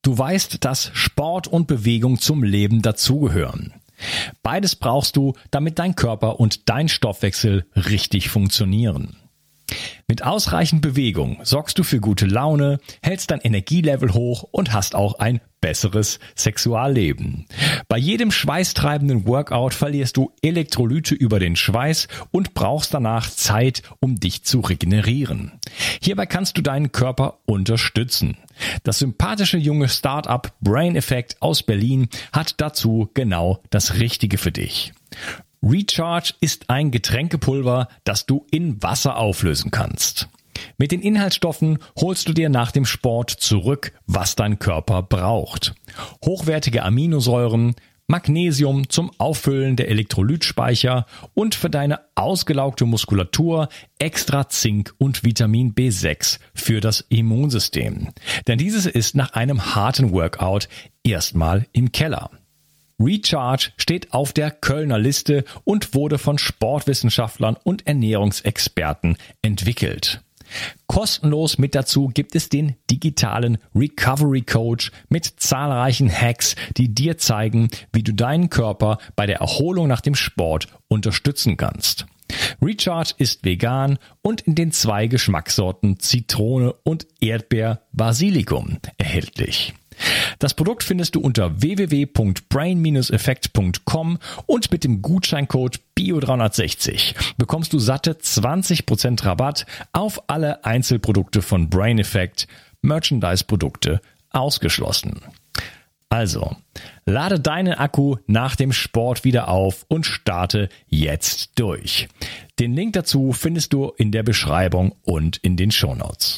Du weißt, dass Sport und Bewegung zum Leben dazugehören. Beides brauchst du, damit dein Körper und dein Stoffwechsel richtig funktionieren. Mit ausreichend Bewegung sorgst du für gute Laune, hältst dein Energielevel hoch und hast auch ein besseres Sexualleben. Bei jedem schweißtreibenden Workout verlierst du Elektrolyte über den Schweiß und brauchst danach Zeit, um dich zu regenerieren. Hierbei kannst du deinen Körper unterstützen. Das sympathische junge Start-up Brain Effect aus Berlin hat dazu genau das Richtige für dich. Recharge ist ein Getränkepulver, das du in Wasser auflösen kannst. Mit den Inhaltsstoffen holst du dir nach dem Sport zurück, was dein Körper braucht. Hochwertige Aminosäuren, Magnesium zum Auffüllen der Elektrolytspeicher und für deine ausgelaugte Muskulatur extra Zink und Vitamin B6 für das Immunsystem. Denn dieses ist nach einem harten Workout erstmal im Keller. Recharge steht auf der Kölner Liste und wurde von Sportwissenschaftlern und Ernährungsexperten entwickelt. Kostenlos mit dazu gibt es den digitalen Recovery Coach mit zahlreichen Hacks, die dir zeigen, wie du deinen Körper bei der Erholung nach dem Sport unterstützen kannst. Recharge ist vegan und in den 2 Geschmackssorten Zitrone und Erdbeer-Basilikum erhältlich. Das Produkt findest du unter www.brain-effekt.com und mit dem Gutscheincode BIO360 bekommst du satte 20% Rabatt auf alle Einzelprodukte von Brain Effect, Merchandise-Produkte ausgeschlossen. Also, lade deinen Akku nach dem Sport wieder auf und starte jetzt durch. Den Link dazu findest du in der Beschreibung und in den Shownotes.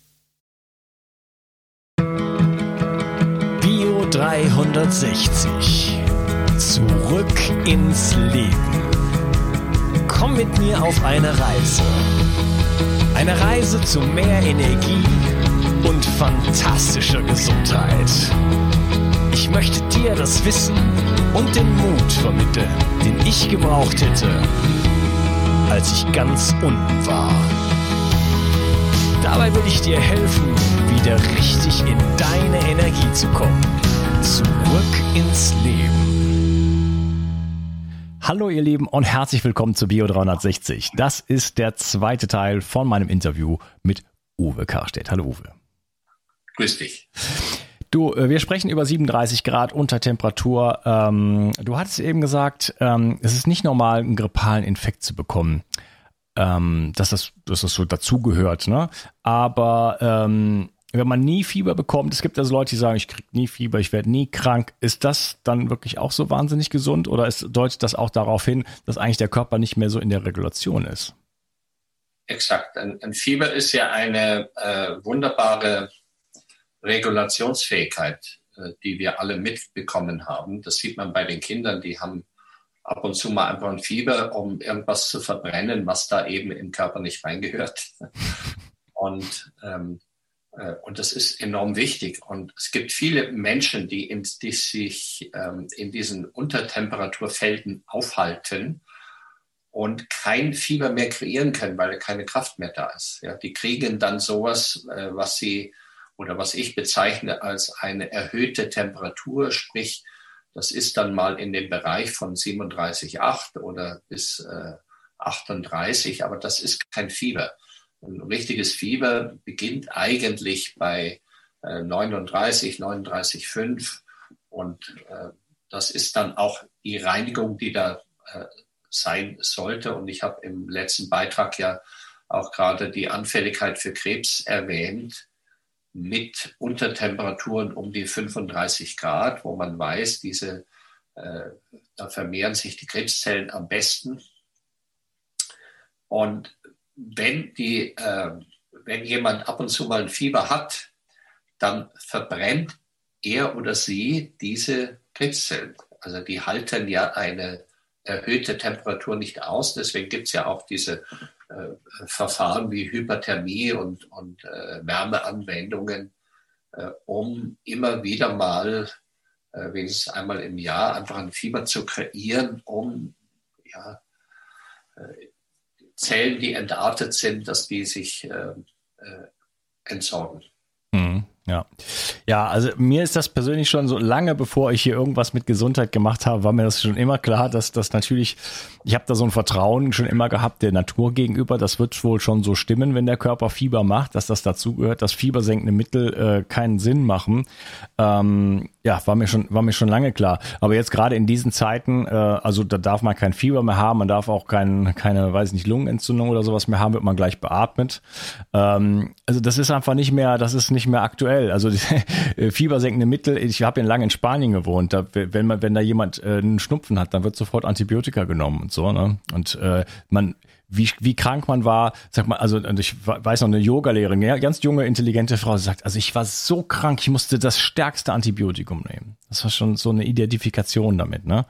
Bio 360. Zurück ins Leben. Komm mit mir auf eine Reise. Eine Reise zu mehr Energie und fantastischer Gesundheit. Ich möchte dir das Wissen und den Mut vermitteln, den ich gebraucht hätte, als ich ganz unten war. Dabei will ich dir helfen, wieder richtig in deine Energie zu kommen. Zurück ins Leben. Hallo ihr Lieben und herzlich willkommen zu Bio 360. Das ist der zweite Teil von meinem Interview mit Uwe Karstedt. Hallo Uwe. Grüß dich. Du, wir sprechen über 37 Grad Untertemperatur. Du hattest eben gesagt, es ist nicht normal, einen grippalen Infekt zu bekommen. Dass das so dazugehört, ne? Aber wenn man nie Fieber bekommt, es gibt also Leute, die sagen, ich krieg nie Fieber, ich werde nie krank. Ist das dann wirklich auch so wahnsinnig gesund oder deutet das auch darauf hin, dass eigentlich der Körper nicht mehr so in der Regulation ist? Exakt. Ein Fieber ist ja eine wunderbare Regulationsfähigkeit, die wir alle mitbekommen haben. Das sieht man bei den Kindern, die haben ab und zu mal einfach ein Fieber, um irgendwas zu verbrennen, was da eben im Körper nicht reingehört. Und das ist enorm wichtig. Und es gibt viele Menschen, die sich in diesen Untertemperaturfelden aufhalten und kein Fieber mehr kreieren können, weil keine Kraft mehr da ist. Ja, die kriegen dann sowas, was ich bezeichne als eine erhöhte Temperatur, sprich, das ist dann mal in dem Bereich von 37,8 oder bis 38, aber das ist kein Fieber. Ein richtiges Fieber beginnt eigentlich bei 39,5 und das ist dann auch die Reinigung, die da sein sollte. Und ich habe im letzten Beitrag ja auch gerade die Anfälligkeit für Krebs erwähnt, mit Untertemperaturen um die 35 Grad, wo man weiß, da vermehren sich die Krebszellen am besten. Und wenn jemand ab und zu mal ein Fieber hat, dann verbrennt er oder sie diese Krebszellen. Also die halten ja eine erhöhte Temperatur nicht aus. Deswegen gibt es ja auch diese Verfahren wie Hyperthermie und Wärmeanwendungen, um immer wieder mal, wenigstens einmal im Jahr, einfach ein Fieber zu kreieren, um Zellen, die entartet sind, dass die sich entsorgen. Ja. Ja, also mir ist das persönlich schon so lange, bevor ich hier irgendwas mit Gesundheit gemacht habe, war mir das schon immer klar, dass das natürlich, ich habe da so ein Vertrauen schon immer gehabt der Natur gegenüber. Das wird wohl schon so stimmen, wenn der Körper Fieber macht, dass das dazugehört, dass fiebersenkende Mittel keinen Sinn machen. Ja, war mir schon lange klar. Aber jetzt gerade in diesen Zeiten, also da darf man kein Fieber mehr haben, man darf auch keine, weiß nicht, Lungenentzündung oder sowas mehr haben, wird man gleich beatmet. Also das ist einfach nicht mehr aktuell. Also fiebersenkende Mittel, ich habe ja lange in Spanien gewohnt, wenn da jemand einen Schnupfen hat, dann wird sofort Antibiotika genommen und so, ne? Und wie krank man war, sag mal, also ich weiß noch, eine Yogalehrerin, ja, ganz junge, intelligente Frau, sie sagt, also ich war so krank, ich musste das stärkste Antibiotikum nehmen. Das war schon so eine Identifikation damit, ne?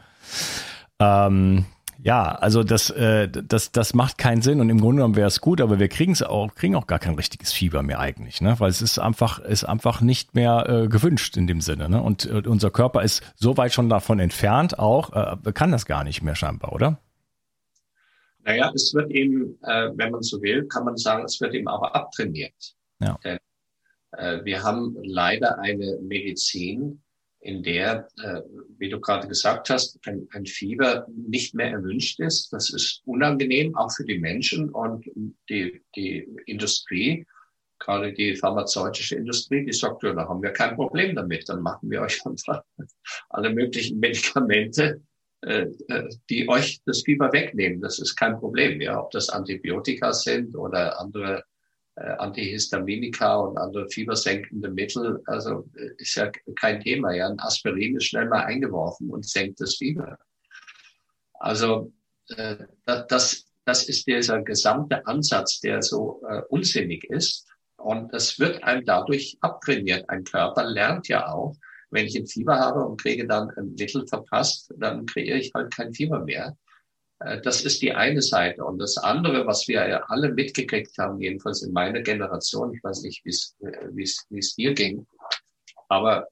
Ja, also das macht keinen Sinn und im Grunde genommen wäre es gut, aber wir kriegen auch gar kein richtiges Fieber mehr eigentlich, ne? Weil es ist einfach nicht mehr gewünscht in dem Sinne, ne? Und unser Körper ist so weit schon davon entfernt, auch kann das gar nicht mehr scheinbar, oder? Naja, es wird eben, wenn man so will, kann man sagen, es wird eben aber abtrainiert. Ja. Denn wir haben leider eine Medizin, in der, wie du gerade gesagt hast, ein Fieber nicht mehr erwünscht ist. Das ist unangenehm, auch für die Menschen und die Industrie, gerade die pharmazeutische Industrie, die sagt, ja, da haben wir kein Problem damit. Dann machen wir euch einfach alle möglichen Medikamente, die euch das Fieber wegnehmen. Das ist kein Problem, ja, ob das Antibiotika sind oder andere Antihistaminika und andere fiebersenkende Mittel, also ist ja kein Thema. Ja, ein Aspirin ist schnell mal eingeworfen und senkt das Fieber. Also das ist dieser gesamte Ansatz, der so unsinnig ist. Und das wird einem dadurch abtrainiert. Ein Körper lernt ja auch, wenn ich ein Fieber habe und kriege dann ein Mittel verpasst, dann kreiere ich halt kein Fieber mehr. Das ist die eine Seite. Und das andere, was wir ja alle mitgekriegt haben, jedenfalls in meiner Generation, ich weiß nicht, wie es dir ging, aber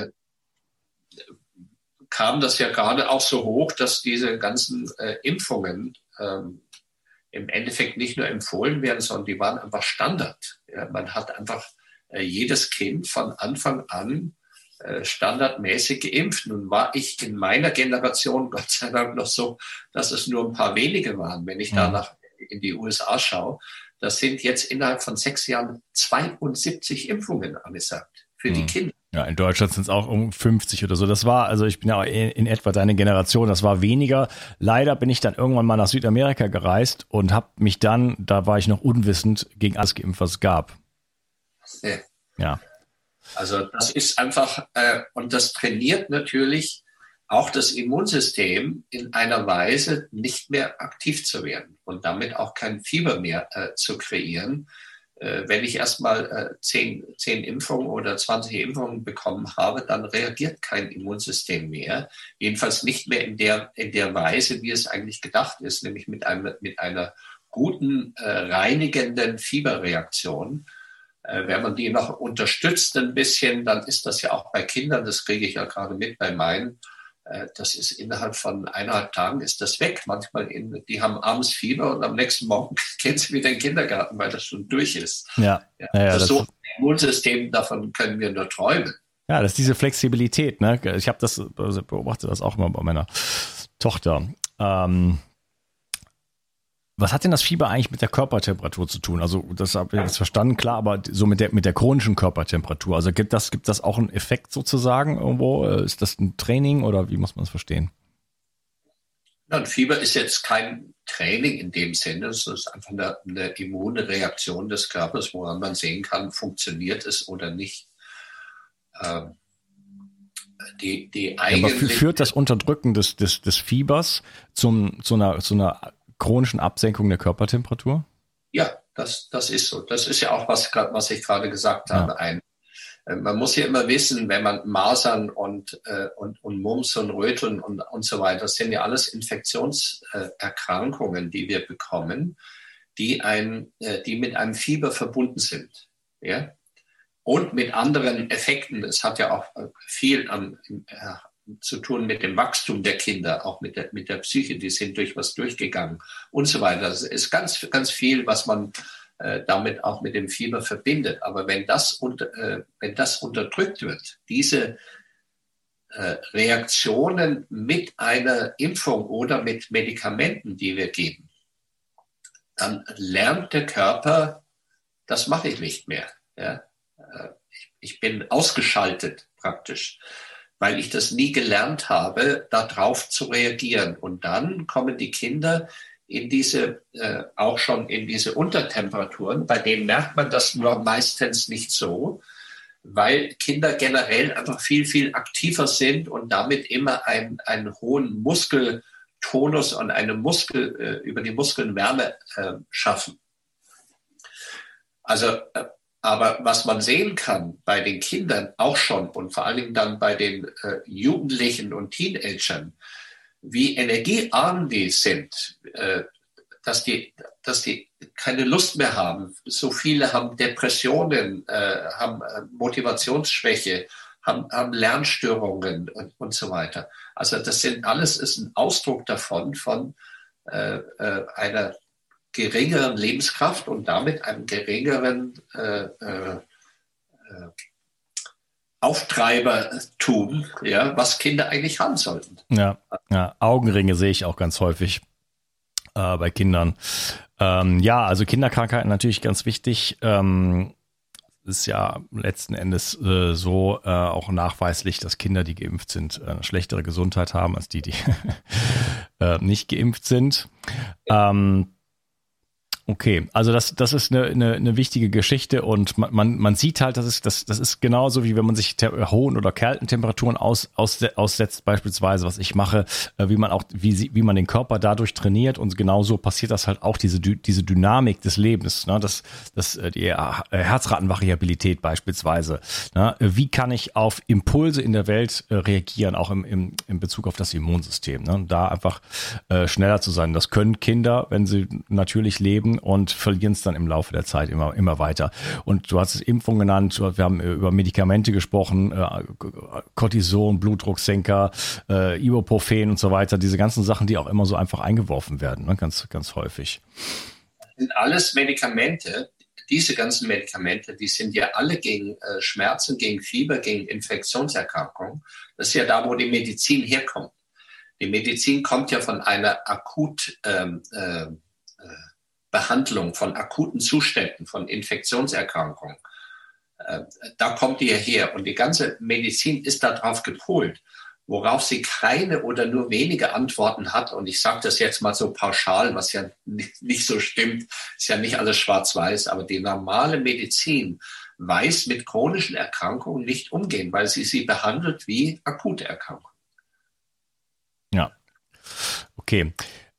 kam das ja gerade auch so hoch, dass diese ganzen Impfungen im Endeffekt nicht nur empfohlen werden, sondern die waren einfach Standard. Ja, man hat einfach jedes Kind von Anfang an standardmäßig geimpft. Nun war ich in meiner Generation Gott sei Dank noch so, dass es nur ein paar wenige waren. Wenn ich danach in die USA schaue, das sind jetzt innerhalb von 6 Jahren 72 Impfungen angesagt für die Kinder. Ja, in Deutschland sind es auch um 50 oder so. Das war, also ich bin ja in etwa deine Generation, das war weniger. Leider bin ich dann irgendwann mal nach Südamerika gereist und habe mich dann, da war ich noch unwissend, gegen alles geimpft, was es gab. Ja. Also das ist einfach, und das trainiert natürlich auch das Immunsystem in einer Weise, nicht mehr aktiv zu werden und damit auch kein Fieber mehr zu kreieren. Wenn ich erstmal 10 Impfungen oder 20 Impfungen bekommen habe, dann reagiert kein Immunsystem mehr. Jedenfalls nicht mehr in der Weise, wie es eigentlich gedacht ist, nämlich mit einer guten, reinigenden Fieberreaktion. Wenn man die noch unterstützt ein bisschen, dann ist das ja auch bei Kindern, das kriege ich ja gerade mit bei meinen, das ist innerhalb von 1,5 Tagen ist das weg. Manchmal, die haben abends Fieber und am nächsten Morgen gehen sie wieder in den Kindergarten, weil das schon durch ist. Ja. Das so ein Immunsystem, davon können wir nur träumen. Ja, das ist diese Flexibilität, ne? Ich habe beobachte das auch immer bei meiner Tochter. Was hat denn das Fieber eigentlich mit der Körpertemperatur zu tun? Also das habe ich jetzt verstanden, klar, aber so mit der chronischen Körpertemperatur. Also gibt das auch einen Effekt sozusagen irgendwo? Ist das ein Training oder wie muss man es verstehen? Ein Fieber ist jetzt kein Training in dem Sinne. Es ist einfach eine Immunreaktion des Körpers, woran man sehen kann, funktioniert es oder nicht. Aber führt das Unterdrücken des Fiebers zu einer chronischen Absenkung der Körpertemperatur? Ja, das ist so. Das ist ja auch, was ich gerade gesagt habe. Man muss ja immer wissen, wenn man Masern und Mumps und Röteln und so weiter, das sind ja alles Infektionserkrankungen, die wir bekommen, die mit einem Fieber verbunden sind. Ja? Und mit anderen Effekten. Es hat ja auch viel zu tun mit dem Wachstum der Kinder, auch mit der Psyche, die sind durch was durchgegangen und so weiter. Das ist ganz, ganz viel, was man damit auch mit dem Fieber verbindet. Aber wenn das unterdrückt wird, diese Reaktionen mit einer Impfung oder mit Medikamenten, die wir geben, dann lernt der Körper, das mache ich nicht mehr. Ja? Ich bin ausgeschaltet praktisch, weil ich das nie gelernt habe, darauf zu reagieren. Und dann kommen die Kinder auch schon in diese Untertemperaturen. Bei denen merkt man das nur meistens nicht so, weil Kinder generell einfach viel, viel aktiver sind und damit immer einen hohen Muskeltonus und über die Muskeln Wärme schaffen. Also, aber was man sehen kann bei den Kindern auch schon und vor allen Dingen dann bei den Jugendlichen und Teenagern, wie energiearm die sind, dass die keine Lust mehr haben. So viele haben Depressionen, haben Motivationsschwäche, haben Lernstörungen und so weiter. Also das ist ein Ausdruck davon, von einer geringeren Lebenskraft und damit einem geringeren Auftreibertum, ja, was Kinder eigentlich haben sollten. Ja, Augenringe sehe ich auch ganz häufig bei Kindern. Also Kinderkrankheiten natürlich ganz wichtig. Ist ja letzten Endes so auch nachweislich, dass Kinder, die geimpft sind, eine schlechtere Gesundheit haben als die nicht geimpft sind. Okay, also das ist eine wichtige Geschichte und man sieht halt, das ist genauso wie wenn man sich hohen oder kalten Temperaturen aussetzt, beispielsweise, was ich mache, wie man den Körper dadurch trainiert, und genauso passiert das halt auch, diese Dynamik des Lebens, ne, die Herzratenvariabilität beispielsweise, ne, wie kann ich auf Impulse in der Welt reagieren, auch im Bezug auf das Immunsystem, ne, da einfach schneller zu sein. Das können Kinder, wenn sie natürlich leben, und verlieren es dann im Laufe der Zeit immer weiter. Und du hast es Impfung genannt, wir haben über Medikamente gesprochen, Cortison, Blutdrucksenker, Ibuprofen und so weiter, diese ganzen Sachen, die auch immer so einfach eingeworfen werden, ne? Ganz, ganz häufig. Das sind alles Medikamente, diese ganzen Medikamente, die sind ja alle gegen Schmerzen, gegen Fieber, gegen Infektionserkrankungen. Das ist ja da, wo die Medizin herkommt. Die Medizin kommt ja von einer Behandlung von akuten Zuständen, von Infektionserkrankungen. Da kommt die ja her. Und die ganze Medizin ist darauf gepolt, worauf sie keine oder nur wenige Antworten hat. Und ich sage das jetzt mal so pauschal, was ja nicht so stimmt, ist ja nicht alles schwarz-weiß, aber die normale Medizin weiß mit chronischen Erkrankungen nicht umgehen, weil sie behandelt wie akute Erkrankungen. Ja, okay.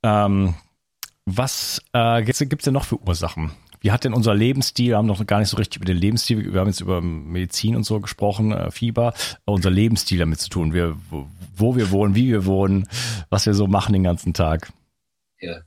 Was gibt's denn noch für Ursachen? Wie hat denn unser Lebensstil, wir haben noch gar nicht so richtig über den Lebensstil, wir haben jetzt über Medizin und so gesprochen, Fieber, unser Lebensstil damit zu tun, wo wir wohnen, wie wir wohnen, was wir so machen den ganzen Tag? Ja.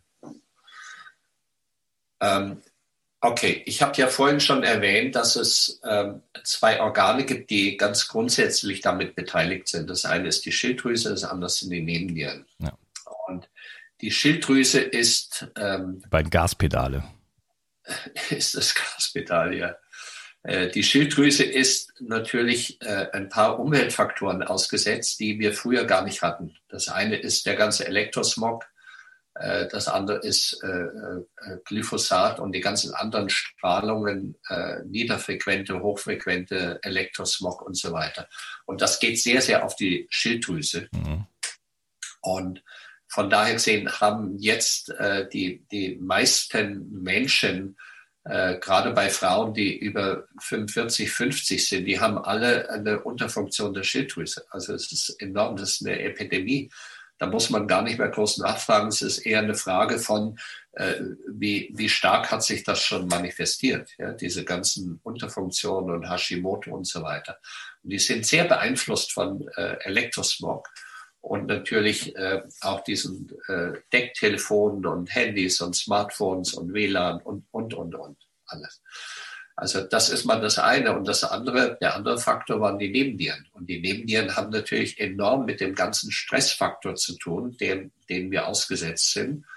Okay, ich habe ja vorhin schon erwähnt, dass es zwei Organe gibt, die ganz grundsätzlich damit beteiligt sind. Das eine ist die Schilddrüse, das andere sind die Nebennieren. Ja. Und die Schilddrüse ist die beiden Gaspedale. Ist das Gaspedal, ja. Die Schilddrüse ist natürlich ein paar Umweltfaktoren ausgesetzt, die wir früher gar nicht hatten. Das eine ist der ganze Elektrosmog, das andere ist Glyphosat und die ganzen anderen Strahlungen, niederfrequente, hochfrequente Elektrosmog und so weiter. Und das geht sehr, sehr auf die Schilddrüse. Mhm. Und von daher gesehen haben jetzt die meisten Menschen, gerade bei Frauen, die über 45, 50 sind, die haben alle eine Unterfunktion der Schilddrüse. Also es ist enorm, das ist eine Epidemie. Da muss man gar nicht mehr groß nachfragen. Es ist eher eine Frage von, wie stark hat sich das schon manifestiert, ja? Diese ganzen Unterfunktionen und Hashimoto und so weiter. Und die sind sehr beeinflusst von Elektrosmog. Und natürlich auch diesen Decktelefonen und Handys und Smartphones und WLAN und alles. Also das ist mal das eine. Und der andere Faktor waren die Nebennieren. Und die Nebennieren haben natürlich enorm mit dem ganzen Stressfaktor zu tun, dem wir ausgesetzt sind,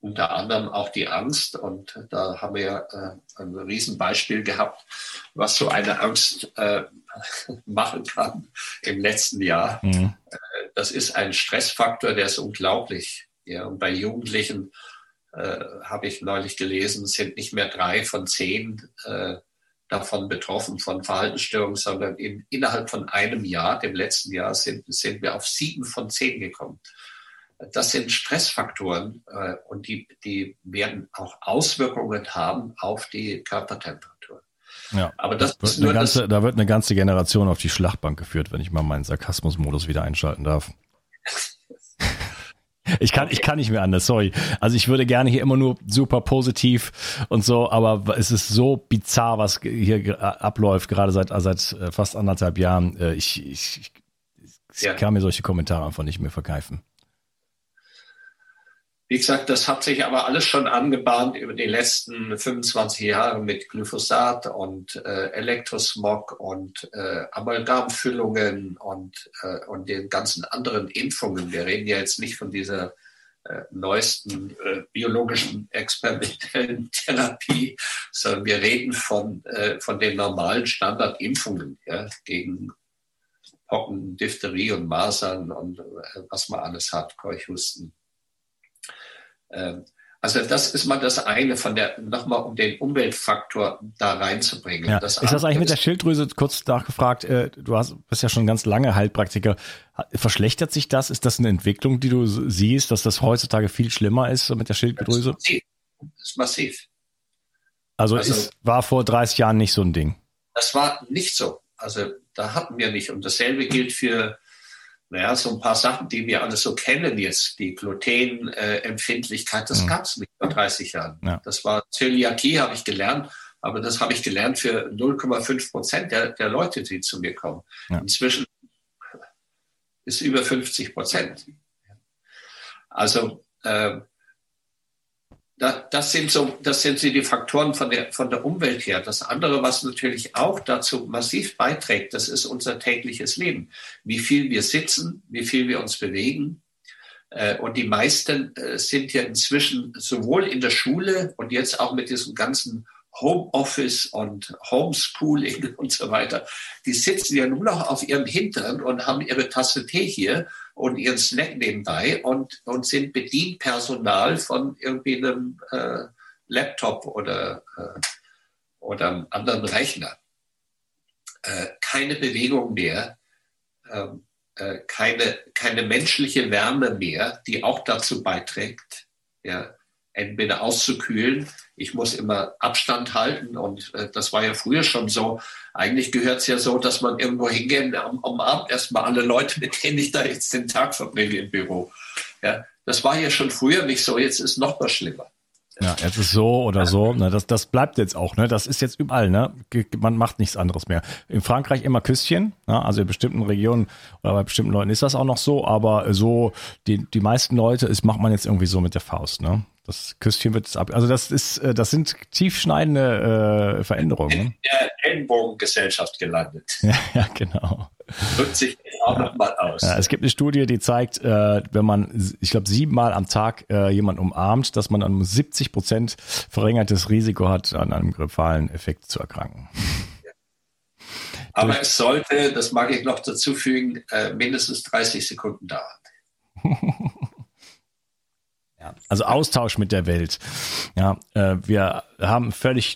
unter anderem auch die Angst. Und da haben wir ja ein Riesenbeispiel gehabt, was so eine Angst machen kann im letzten Jahr. Mhm. Das ist ein Stressfaktor, der ist unglaublich. Ja, und bei Jugendlichen habe ich neulich gelesen, sind nicht mehr 3 von 10 davon betroffen von Verhaltensstörungen, sondern innerhalb von einem Jahr, dem letzten Jahr, sind wir auf 7 von 10 gekommen. Das sind Stressfaktoren und die werden auch Auswirkungen haben auf die Körpertemperatur. Ja, aber da wird eine ganze Generation auf die Schlachtbank geführt, wenn ich mal meinen Sarkasmusmodus wieder einschalten darf. Ich kann nicht mehr anders, sorry. Also ich würde gerne hier immer nur super positiv und so, aber es ist so bizarr, was hier abläuft, gerade seit fast 1,5 Jahren. Ich kann mir solche Kommentare einfach nicht mehr verkneifen. Wie gesagt, das hat sich aber alles schon angebahnt über die letzten 25 Jahre mit Glyphosat und Elektrosmog und Amalgamfüllungen und den ganzen anderen Impfungen. Wir reden ja jetzt nicht von dieser neuesten biologischen experimentellen Therapie, sondern wir reden von den normalen Standardimpfungen, ja, gegen Pocken, Diphtherie und Masern und was man alles hat, Keuchhusten. Also das ist mal das eine nochmal um den Umweltfaktor da reinzubringen. Ja. Ist das eigentlich mit der Schilddrüse, kurz nachgefragt, bist ja schon ganz lange Heilpraktiker, verschlechtert sich das? Ist das eine Entwicklung, die du siehst, dass das heutzutage viel schlimmer ist mit der Schilddrüse? Das ist massiv. Also war vor 30 Jahren nicht so ein Ding? Das war nicht so. Also da hatten wir nicht. Und dasselbe gilt für so ein paar Sachen, die wir alle so kennen jetzt, die Glutenempfindlichkeit, das gab es nicht vor 30 Jahren. Ja. Das war Zöliakie, habe ich gelernt, aber das habe ich gelernt für 0,5% der Leute, die zu mir kommen. Ja. Inzwischen ist über 50%. Also das sind so die Faktoren von der Umwelt her. Das andere, was natürlich auch dazu massiv beiträgt, das ist unser tägliches Leben. Wie viel wir sitzen, wie viel wir uns bewegen. Und die meisten sind ja inzwischen sowohl in der Schule und jetzt auch mit diesem ganzen Homeoffice und Homeschooling und so weiter, die sitzen ja nur noch auf ihrem Hintern und haben ihre Tasse Tee hier und ihren Snack nebenbei und sind Bedienpersonal von irgendwie einem Laptop oder einem anderen Rechner. Keine Bewegung mehr, keine menschliche Wärme mehr, die auch dazu beiträgt, ja, entweder auszukühlen. Ich muss immer Abstand halten und das war ja früher schon so. Eigentlich gehört es ja so, dass man irgendwo hingeht, umarmt erstmal alle Leute, mit denen ich da jetzt den Tag verbringe im Büro. Ja, das war ja schon früher nicht so, jetzt ist es noch mal schlimmer. Ja, jetzt ist so oder so. Ne, das bleibt jetzt auch. Ne, das ist jetzt überall. Ne, man macht nichts anderes mehr. In Frankreich immer Küsschen. Ne, also in bestimmten Regionen oder bei bestimmten Leuten ist das auch noch so. Aber so die meisten Leute, macht man jetzt irgendwie so mit der Faust. Ne, das Küsschen wird ab. Also das sind tiefschneidende Veränderungen. In der Ellenbogengesellschaft gelandet. Ja, genau. Drückt sich auch nochmal aus. Ja, es gibt eine Studie, die zeigt, wenn man, ich glaube, 7-mal am Tag jemanden umarmt, dass man dann um 70% verringertes Risiko hat, an einem grippalen Effekt zu erkranken. Ja. Aber es sollte, das mag ich noch dazu fügen, mindestens 30 Sekunden dauern. Ja, also Austausch mit der Welt. Ja, wir haben völlig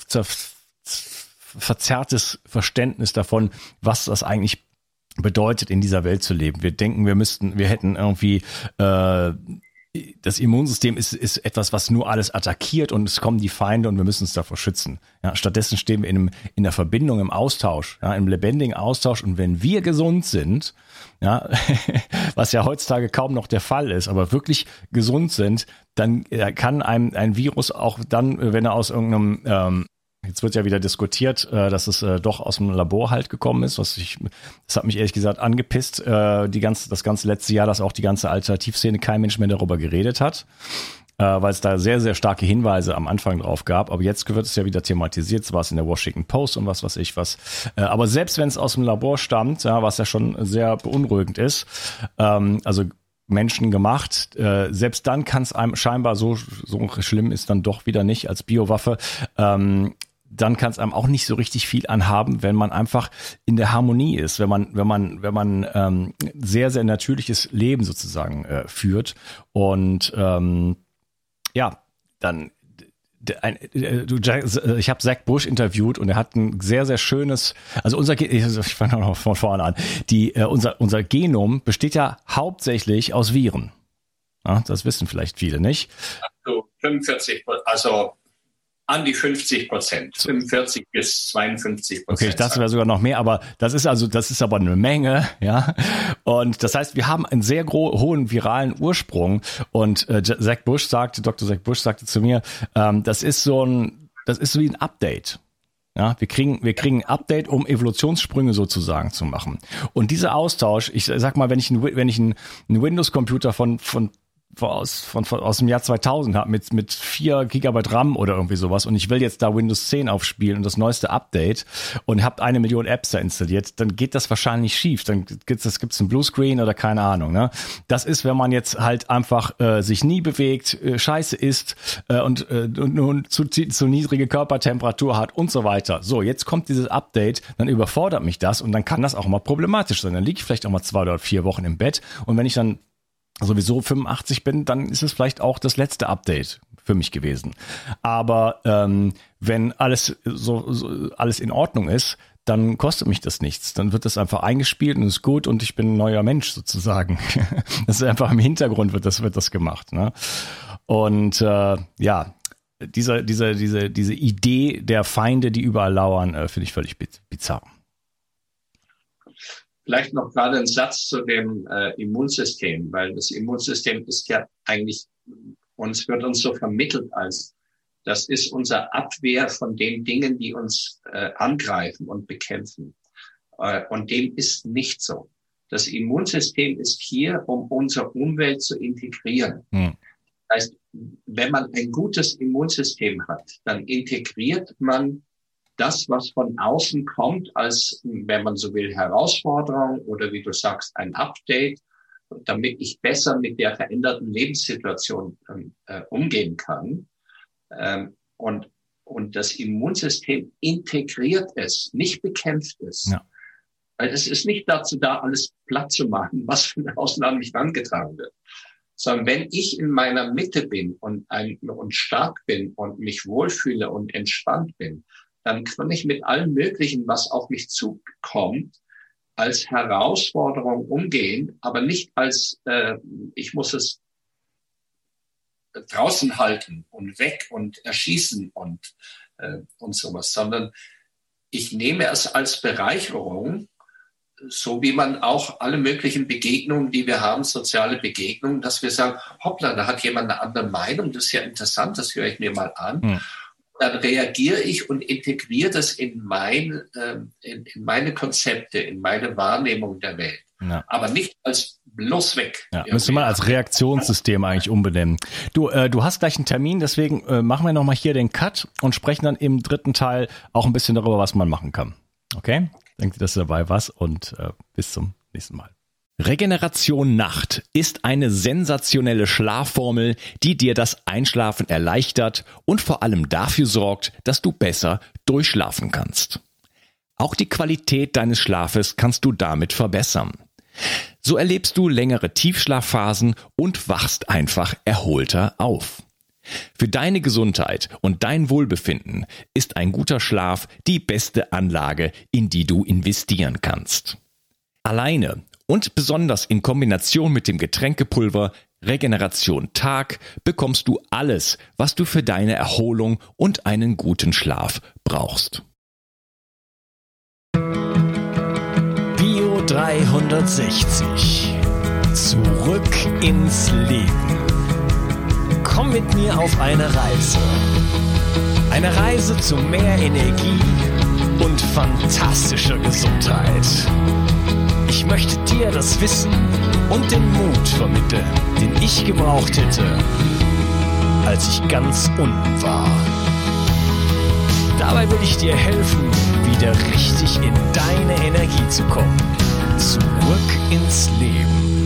verzerrtes Verständnis davon, was das eigentlich bedeutet, in dieser Welt zu leben. Wir denken, wir hätten irgendwie das Immunsystem ist etwas, was nur alles attackiert und es kommen die Feinde und wir müssen uns davor schützen. Ja, stattdessen stehen wir in der Verbindung, im Austausch, ja, im lebendigen Austausch. Und wenn wir gesund sind, ja, was ja heutzutage kaum noch der Fall ist, aber wirklich gesund sind, dann kann ein Virus auch dann, wenn er aus irgendeinem jetzt wird ja wieder diskutiert, dass es doch aus dem Labor halt gekommen ist. Das hat mich ehrlich gesagt angepisst, das ganze letzte Jahr, dass auch die ganze Alternativszene kein Mensch mehr darüber geredet hat, weil es da sehr, sehr starke Hinweise am Anfang drauf gab. Aber jetzt wird es ja wieder thematisiert, so war es in der Washington Post und was weiß ich was. Aber selbst wenn es aus dem Labor stammt, ja, was ja schon sehr beunruhigend ist, also Menschen gemacht. Selbst dann kann es einem scheinbar so schlimm ist dann doch wieder nicht als Biowaffe. Dann kann es einem auch nicht so richtig viel anhaben, wenn man einfach in der Harmonie ist, wenn man sehr, sehr natürliches Leben sozusagen führt. Und ja, dann ich habe Zach Bush interviewt und er hat ein sehr, sehr schönes, also ich fange noch von vorne an, unser Genom besteht ja hauptsächlich aus Viren. Ja, das wissen vielleicht viele nicht. Also 45%, also an die 50%, 45 bis 52%. Okay, ich dachte, es wäre sogar noch mehr, aber das ist aber eine Menge, ja. Und das heißt, wir haben einen sehr hohen viralen Ursprung. Und Dr. Zach Bush sagte zu mir, das ist wie ein Update. Ja, wir kriegen ein Update, um Evolutionssprünge sozusagen zu machen. Und dieser Austausch, ich sag mal, wenn ich einen Windows-Computer aus dem Jahr 2000 habe mit 4 Gigabyte RAM oder irgendwie sowas und ich will jetzt da Windows 10 aufspielen und das neueste Update und habt 1 Million Apps da installiert, dann geht das wahrscheinlich schief. Dann gibt's einen Bluescreen oder keine Ahnung. Ne? Das ist, wenn man jetzt halt einfach sich nie bewegt, scheiße isst und zu niedrige Körpertemperatur hat und so weiter. So, jetzt kommt dieses Update, dann überfordert mich das und dann kann das auch mal problematisch sein. Dann liege ich vielleicht auch mal 2 oder 4 Wochen im Bett und wenn ich dann sowieso 85 bin, dann ist es vielleicht auch das letzte Update für mich gewesen. Aber wenn alles alles in Ordnung ist, dann kostet mich das nichts. Dann wird das einfach eingespielt und ist gut und ich bin ein neuer Mensch sozusagen. Das ist einfach im Hintergrund wird das gemacht. Ne? Und ja, diese Idee der Feinde, die überall lauern, finde ich völlig bizarr. Vielleicht noch gerade ein Satz zu dem Immunsystem, weil das Immunsystem ist ja eigentlich, wird uns so vermittelt als, das ist unsere Abwehr von den Dingen, die uns angreifen und bekämpfen. Und dem ist nicht so. Das Immunsystem ist hier, um unsere Umwelt zu integrieren. Das heißt, wenn man ein gutes Immunsystem hat, dann integriert man das, was von außen kommt, als, wenn man so will, Herausforderung oder wie du sagst, ein Update, damit ich besser mit der veränderten Lebenssituation umgehen kann. Und das Immunsystem integriert es, nicht bekämpft es. Ja. Weil es ist nicht dazu da, alles platt zu machen, was von außen an mich herangetragen wird. Sondern wenn ich in meiner Mitte bin und stark bin und mich wohlfühle und entspannt bin, dann kann ich mit allem Möglichen, was auf mich zukommt, als Herausforderung umgehen, aber nicht als, ich muss es draußen halten und weg und erschießen und sowas, sondern ich nehme es als Bereicherung, so wie man auch alle möglichen Begegnungen, die wir haben, soziale Begegnungen, dass wir sagen, hoppla, da hat jemand eine andere Meinung, das ist ja interessant, das höre ich mir mal an. Mhm. Dann reagiere ich und integriere das in meine Konzepte, in meine Wahrnehmung der Welt. Ja. Aber nicht als bloß weg. Ja, müsste man als Reaktionssystem eigentlich umbenennen. Du hast gleich einen Termin, deswegen machen wir nochmal hier den Cut und sprechen dann im 3. Teil auch ein bisschen darüber, was man machen kann. Okay? Denkt ihr, dass du dabei warst und bis zum nächsten Mal. Regeneration Nacht ist eine sensationelle Schlafformel, die dir das Einschlafen erleichtert und vor allem dafür sorgt, dass du besser durchschlafen kannst. Auch die Qualität deines Schlafes kannst du damit verbessern. So erlebst du längere Tiefschlafphasen und wachst einfach erholter auf. Für deine Gesundheit und dein Wohlbefinden ist ein guter Schlaf die beste Anlage, in die du investieren kannst. Alleine und besonders in Kombination mit dem Getränkepulver Regeneration Tag bekommst du alles, was du für deine Erholung und einen guten Schlaf brauchst. Bio 360. Zurück ins Leben. Komm mit mir auf eine Reise. Eine Reise zu mehr Energie und fantastischer Gesundheit. Ich möchte dir das Wissen und den Mut vermitteln, den ich gebraucht hätte, als ich ganz unten war. Dabei will ich dir helfen, wieder richtig in deine Energie zu kommen. Zurück ins Leben.